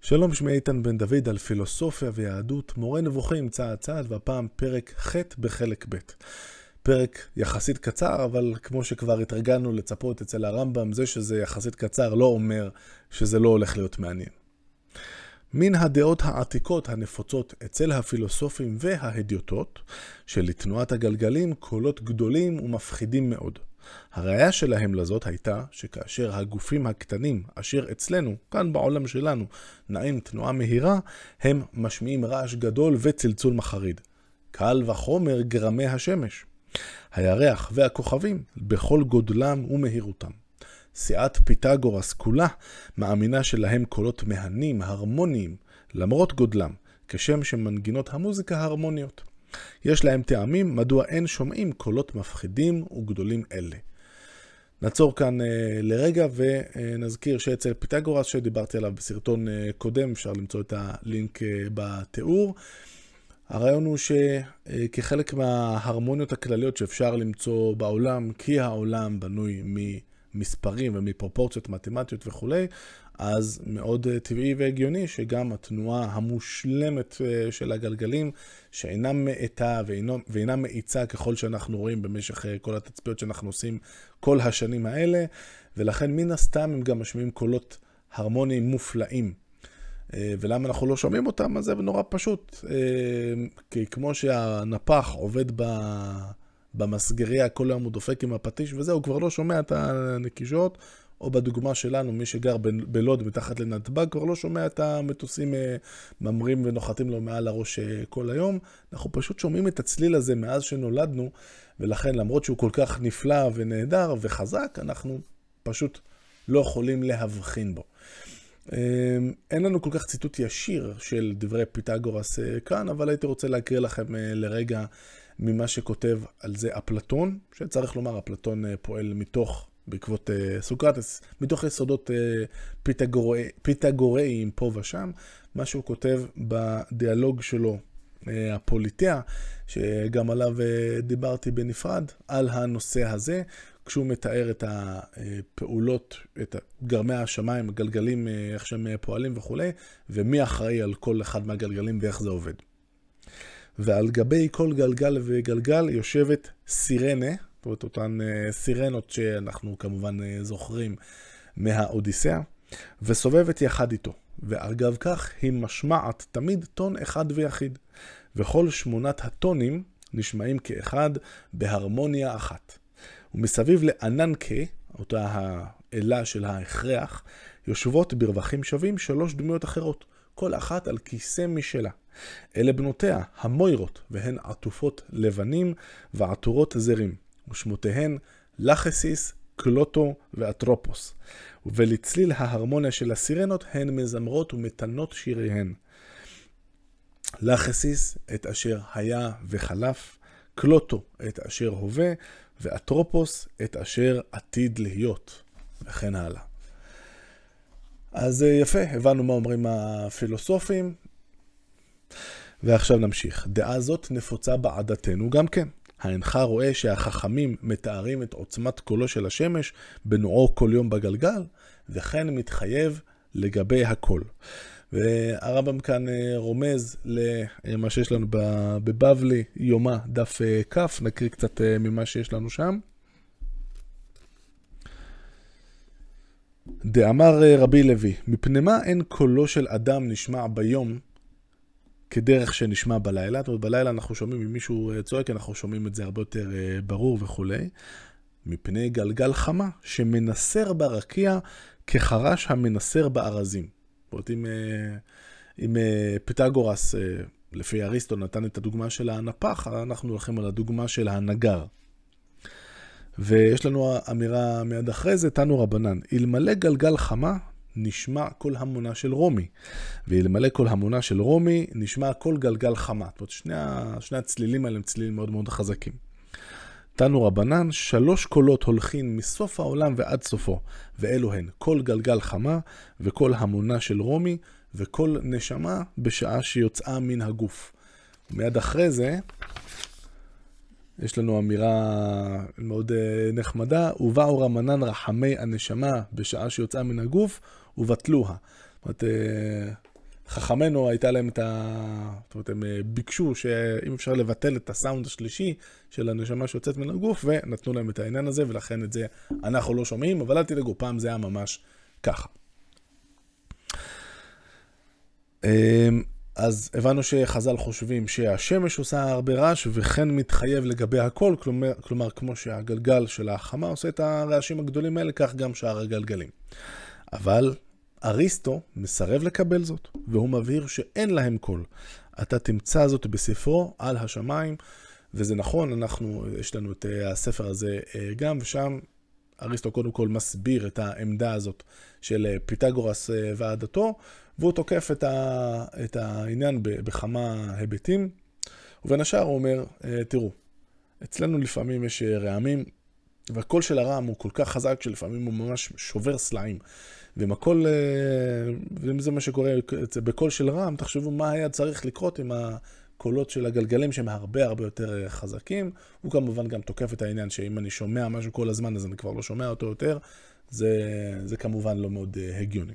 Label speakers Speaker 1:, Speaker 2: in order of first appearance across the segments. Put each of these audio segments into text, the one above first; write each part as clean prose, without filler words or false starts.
Speaker 1: שלום, שמי איתן בן דוד על פילוסופיה ויהדות, מורה נבוכים צעד צעד, והפעם פרק ח' בחלק ב'. פרק יחסית קצר, אבל כמו שכבר התרגלנו לצפות אצל הרמב"ם, זה שזה יחסית קצר לא אומר שזה לא הולך להיות מעניין. מן הדעות העתיקות הנפוצות אצל הפילוסופים וההדיוטות, שלתנועת הגלגלים קולות גדולים ומפחידים מאוד. הראיה שלהם לזאת הייתה שכאשר הגופים הקטנים אשר אצלנו, כאן בעולם שלנו, נעים תנועה מהירה, הם משמיעים רעש גדול וצלצול מחריד. קל וחומר גרמי השמש, הירח והכוכבים בכל גודלם ומהירותם. סיעת פיתגורס כולה מאמינה שלהם קולות מהנים, הרמוניים, למרות גודלם, כשם שמנגינות המוזיקה הרמוניות. יש להם טעמים מדוע אין שומעים קולות מפחידים וגדולים אלה. נעצור כאן לרגע ונזכיר שאצל פיתגורס שדיברתי עליו בסרטון קודם, אפשר למצוא את הלינק בתיאור. הרעיון הוא שכחלק מההרמוניות הכלליות שאפשר למצוא בעולם, כי העולם בנוי ממספרים ומפרופורציות מתמטיות וכו', אז מאוד טבעי והגיוני שגם התנועה המושלמת של הגלגלים, שאינה מאטה ואינה מאיצה ככל שאנחנו רואים במשך כל התצפיות שאנחנו עושים כל השנים האלה, ולכן מן הסתם הם גם משמיעים קולות הרמוניים מופלאים. ולמה אנחנו לא שומעים אותם? אז זה נורא פשוט. כי כמו שהנפח עובד במסגריה, כל היום הוא דופק עם הפטיש וזה, הוא כבר לא שומע את הנקישות, או בדוגמה שלנו, מי שגר בלוד מתחת לנתב"ג, כבר לא שומע את המטוסים ממרים ונוחתים לו מעל הראש כל היום. אנחנו פשוט שומעים את הצליל הזה מאז שנולדנו, ולכן למרות שהוא כל כך נפלא ונהדר וחזק, אנחנו פשוט לא יכולים להבחין בו. אין לנו כל כך ציטוט ישיר של דברי פיתגורס כאן, אבל הייתי רוצה להקריא לכם לרגע ממה שכותב על זה אפלטון, שצריך לומר, אפלטון פועל בעקבות סוקרטס, מתוך יסודות פיתגוריים פה ושם, מה שהוא כותב בדיאלוג שלו, הפוליטאה, שגם עליו דיברתי בנפרד, על הנושא הזה, כשהוא מתאר את הפעולות, את גרמי השמיים, הגלגלים, איך שהם פועלים וכו', ומי אחראי על כל אחד מהגלגלים ואיך זה עובד. ועל גבי כל גלגל וגלגל יושבת סירנה, זאת אומרת אותן סירנות שאנחנו כמובן זוכרים מהאודיסאה, וסובבת יחד איתו. ואגב כך היא משמעת תמיד טון אחד ויחיד, וכל 8 הטונים נשמעים כאחד בהרמוניה אחת. ומסביב לאננקה, אותה האלה של ההכרח, יושבות ברווחים שווים 3 דמויות אחרות, כל אחת על כיסא משלה. אלה בנותיה, המוירות, והן עטופות לבנים ועטורות זרים, ושמותיהן לחסיס, קלוטו ואטרופוס. ולצליל ההרמוניה של הסירנות הן מזמרות ומתנות שיריהן. לחסיס את אשר היה וחלף, קלוטו את אשר הווה, ואטרופוס את אשר עתיד להיות, וכן הלאה. אז יפה, הבנו מה אומרים הפילוסופים, ועכשיו נמשיך. דעה זאת נפוצה בעדתנו גם כן. האינך רואה שהחכמים מתארים את עוצמת קולו של השמש בנועו כל יום בגלגל, וכן מתחייב לגבי הכל. והרמב"ם כאן רומז למה שיש לנו בבבלי, יומא דף כף, נקריא קצת ממה שיש לנו שם. דאמר רבי לוי, מפני מה אין קולו של אדם נשמע ביום כדרך שנשמע בלילה? זאת אומרת, בלילה אנחנו שומעים, אם מישהו צועק, אנחנו שומעים את זה הרבה יותר ברור וכו'. מפני גלגל חמה שמנסר ברקיע כחרש המנסר בארזים. זאת אומרת, אם פיתגורס, לפי אריסטו, נתן את הדוגמה של הנפח, אנחנו הולכים על הדוגמה של הנגר. ויש לנו אמירה מיד אחרי זה, תנו רבנן, אלמלא גלגל חמה, נשמע כל המונה של רומי, ואלמלא כל המונה של רומי, נשמע כל גלגל חמה. זאת אומרת, שני הצלילים האלה הם צלילים מאוד מאוד חזקים. תנו רבנן, 3 קולות הולכים מסוף העולם ועד סופו, ואלו הן כל גלגל חמה, וכל המונה של רומי, וכל נשמה בשעה שיוצאה מן הגוף. ומיד אחרי זה, יש לנו אמירה מאוד נחמדה, ובאו רמנן רחמי הנשמה בשעה שיוצאה מן הגוף, ובטלוה. זאת אומרת, חכמנו הייתה להם זאת אומרת, הם ביקשו שאם אפשר לבטל את הסאונד השלישי של הנשמה שיוצאת מן הגוף, ונתנו להם את העניין הזה, ולכן את זה אנחנו לא שומעים, אבל אל תדאגו, פעם זה היה ממש ככה. אז הבנו שחז"ל חושבים שהשמש עושה הרבה רעש, וכן מתחייב לגבי הכל, כלומר כמו שהגלגל של החמה עושה את הרעשים הגדולים האלה, כך גם שאר הגלגלים. אבל אריסטו מסרב לקבל זאת, והוא מבהיר שאין להם קול. אתה תמצא זאת בספרו על השמיים, וזה נכון, יש לנו את הספר הזה גם, ושם אריסטו קודם כל מסביר את העמדה הזאת של פיתגורס ועדתו, והוא תוקף את העניין בכמה היבטים, ובין השאר הוא אומר, תראו, אצלנו לפעמים יש רעמים, והקול של הרעם הוא כל כך חזק שלפעמים הוא ממש שובר סלעים. ואם זה מה שקורה בקול של רעם, תחשבו מה היה צריך לקרות עם הקולות של הגלגלים שהם הרבה הרבה יותר חזקים. הוא כמובן גם תוקף את העניין שאם אני שומע משהו כל הזמן אז אני כבר לא שומע אותו יותר. זה כמובן לא מאוד הגיוני.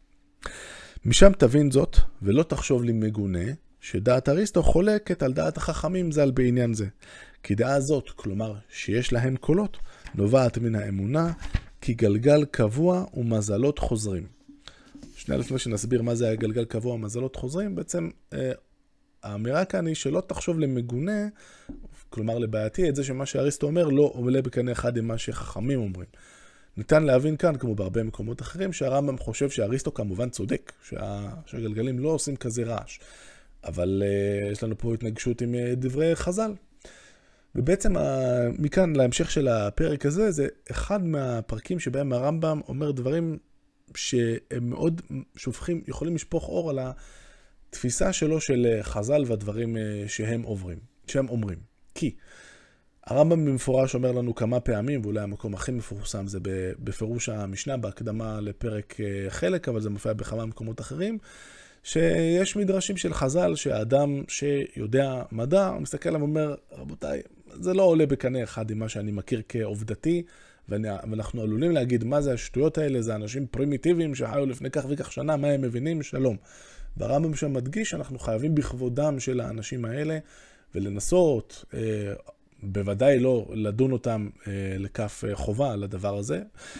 Speaker 1: משם תבין זאת ולא תחשוב לי מגונה שדעת אריסטו חולקת על דעת החכמים ז"ל בעניין זה. כי דעה זאת, כלומר שיש להם קולות, נובעת מן האמונה כי גלגל קבוע ומזלות חוזרים. שנייה לפני שנסביר מה זה הגלגל קבוע ומזלות חוזרים, בעצם האמירה כאן היא שלא תחשוב למגונה, כלומר לבעייתי, את זה שמה שאריסטו אומר לא עולה בקנה אחד עם מה שחכמים אומרים. ניתן להבין כאן, כמו בהרבה מקומות אחרים, שהרמב"ם חושב שאריסטו כמובן צודק, שהגלגלים לא עושים כזה רעש. אבל יש לנו פה התנגשות עם דברי חז"ל. ובעצם מכאן להמשך של הפרק הזה, זה אחד מהפרקים שבהם הרמב"ם אומר דברים שהם מאוד יכולים לשפוך אור על התפיסה שלו של חז"ל והדברים שהם אומרים. כי הרמב"ם במפורש אומר לנו כמה פעמים, ואולי המקום הכי מפורסם זה בפירוש המשנה, בהקדמה לפרק חלק, אבל זה מופיע בכמה מקומות אחרים, שיש מדרשים של חז"ל שהאדם שיודע מדע, הוא מסתכל עליו ואומר, רבותיי, זה לא עולה בקנה אחד עם מה שאני מכיר כעובדתי, ואנחנו עלולים להגיד מה זה השטויות האלה, זה אנשים פרימיטיביים שחיו לפני כך וכך שנה, מה הם מבינים? שלום. והרמב"ם שם מדגיש שאנחנו חייבים בכבודם של האנשים האלה, ולנסות, בוודאי לא לדון אותם לכף חובה על הדבר הזה,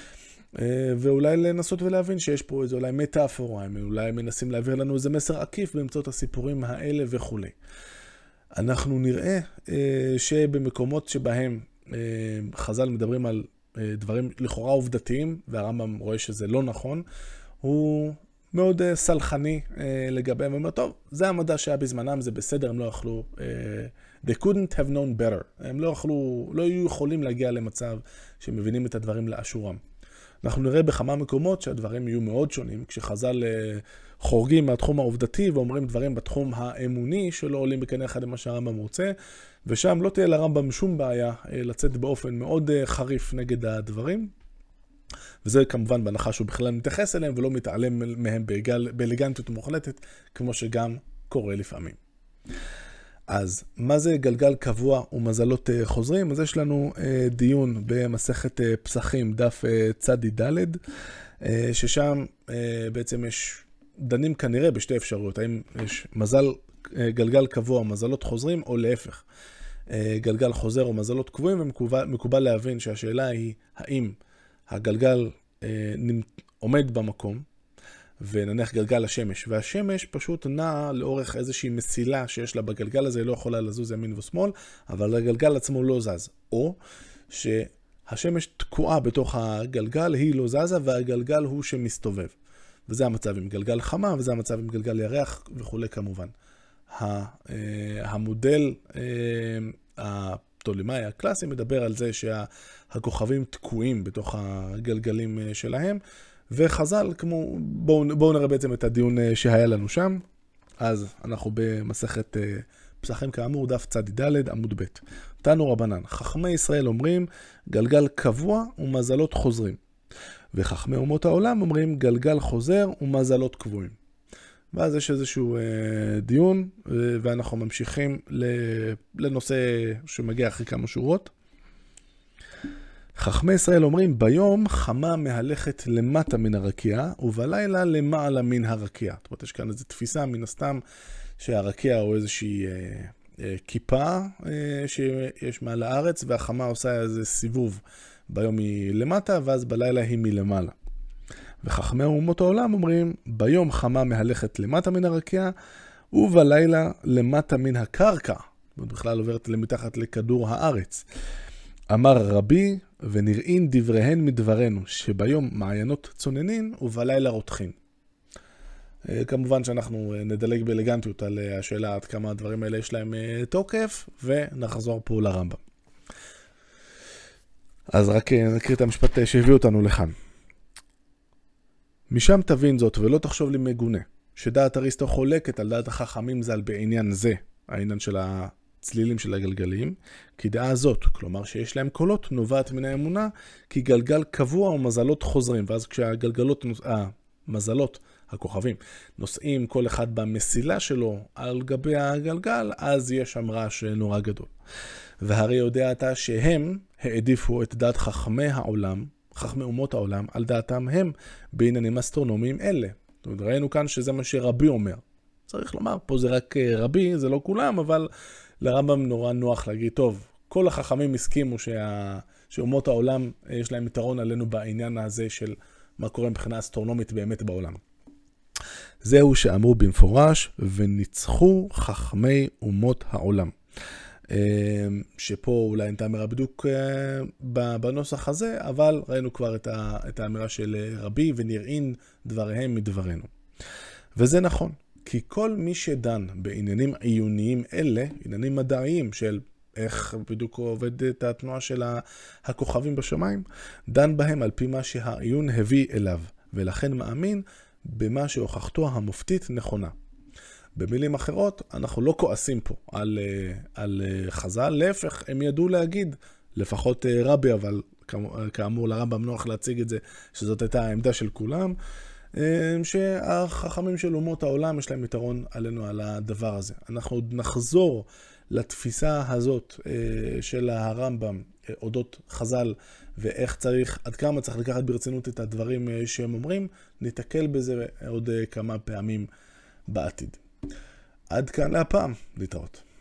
Speaker 1: ואולי לנסות ולהבין שיש פה איזה אולי מטאפורה, אולי מנסים להעביר לנו איזה מסר עקיף באמצעות הסיפורים האלה וכו'. אנחנו נראה שבמקומות שבהם חז"ל מדברים על דברים לכאורה עובדתיים, והרמב"ם רואה שזה לא נכון, הוא מאוד סלחני לגביהם, ואומר, טוב, זה המדע שהיה בזמנם, זה בסדר, הם לא יכלו, they couldn't have known better, הם לא היו יכולים להגיע למצב שמבינים את הדברים לאשורם. אנחנו נראה בכמה מקומות שהדברים יהיו מאוד שונים, כשחז"ל חורגים מהתחום העובדתי ואומרים דברים בתחום האמוני שלא עולים בקנה אחד למה שהרמב"ם רוצה, ושם לא תהיה לרמב"ם שום בעיה לצאת באופן מאוד חריף נגד הדברים, וזה כמובן בהנחה שהוא בכלל מתייחס אליהם ולא מתעלם מהם באלגנטיות מוחלטת, כמו שגם קורה לפעמים. אז מה זה גלגל קבוע ומזלות חוזרים? אז יש לנו דיון במסכת פסחים, דף צדי ד', ששם בעצם יש דנים כנראה בשתי אפשרויות, האם יש גלגל קבוע או מזלות חוזרים, או להפך, גלגל חוזר או מזלות קבועים, ומקובל להבין שהשאלה היא האם הגלגל עומד במקום, ונניח גלגל השמש, והשמש פשוט נע לאורך איזושהי מסילה שיש לה בגלגל הזה, לא יכולה לזוז ימין ושמאל, אבל הגלגל עצמו לא זז. או שהשמש תקועה בתוך הגלגל, היא לא זזה, והגלגל הוא שמסתובב. וזה המצב עם גלגל חמה, וזה המצב עם גלגל ירח וכו' כמובן. המודל הפטולמאי הקלאסי מדבר על זה שהכוכבים תקועים בתוך הגלגלים שלהם, וחז"ל, בואו נראה בעצם את הדיון שהיה לנו שם. אז אנחנו במסכת פסחים כאמור, דף צדי ד' עמוד ב'. תנו רבנן, חכמי ישראל אומרים גלגל קבוע ומזלות חוזרים. וחכמי אומות העולם אומרים גלגל חוזר ומזלות קבועים. ואז יש איזשהו דיון, ואנחנו ממשיכים לנושא שמגיע אחרי כמה שורות. חכמי ישראל אומרים, ביום חמה מהלכת למטה מן הרקיע, ובלילה למעלה מן הרקיע. זאת אומרת, יש כאן איזו תפיסה מן הסתם שהרקיע הוא איזושהי כיפה שיש מעל הארץ, והחמה עושה איזה סיבוב ביום היא למטה, ואז בלילה היא מלמעלה. וחכמי אומות העולם אומרים, ביום חמה מהלכת למטה מן הרקיע, ובלילה למטה מן הקרקע. זאת אומרת, בכלל עוברת למתחת לכדור הארץ. אמר רבי, ונראים דבריהן מדברנו, שביום מעיינות צוננין ובלילה רותחין. כמובן שאנחנו נדלג באלגנטיות על השאלה עד כמה הדברים האלה יש להם תוקף, ונחזור פה לרמב"ם. אז רק נקריא את המשפט שהביא אותנו לכאן. משם תבין זאת ולא תחשוב לי מגונה, שדעת אריסטו חולקת על דעת החכמים ז"ל בעניין זה, העניין של הצלילים של הגלגלים, כי דעה זאת, כלומר שיש להם קולות, נובעת מן האמונה, כי גלגל קבוע ומזלות חוזרים, ואז כשהגלגלות, המזלות, הכוכבים, נוסעים כל אחד במסילה שלו על גבי הגלגל, אז יש שם רעש נורא גדול. והרי יודע אתה שהם העדיפו את דעת חכמי העולם, חכמי אומות העולם, על דעתם הם בעניינים אסטרונומיים אלה. זאת אומרת, ראינו כאן שזה מה שרבי אומר. צריך לומר, פה זה רק רבי, זה לא כולם, אבל לרמב"ם נורא נוח להגיד, טוב, כל החכמים הסכימו שאומות העולם יש להם יתרון עלינו בעניין הזה של מה קורה מבחינה אסטרונומית באמת בעולם. זהו שאמרו במפורש, וניצחו חכמי אומות העולם. שפה אולי אין תאמרה בדיוק בנוסח הזה, אבל ראינו כבר את האמירה של רבי, ונראים דבריהם מדברנו. וזה נכון, כי כל מי שדן בעניינים עיוניים אלה, עניינים מדעיים של איך בדיוק עובדת התנועה של הכוכבים בשמיים, דן בהם על פי מה שהעיון הביא אליו, ולכן מאמין במה שהוכחתו המופתית נכונה. במילים אחרות, אנחנו לא כועסים פה על חז"ל, להפך, הם ידעו להגיד, לפחות רבי, אבל כאמור לרמב"ם נוח להציג את זה, שזאת הייתה העמדה של כולם, שהחכמים של אומות העולם יש להם יתרון עלינו על הדבר הזה. אנחנו עוד נחזור לתפיסה הזאת של הרמב"ם, אודות חז"ל, ואיך צריך, עד כמה צריך לקחת ברצינות את הדברים שהם אומרים, נתקל בזה עוד כמה פעמים בעתיד. עד כאן להפעם, להתראות.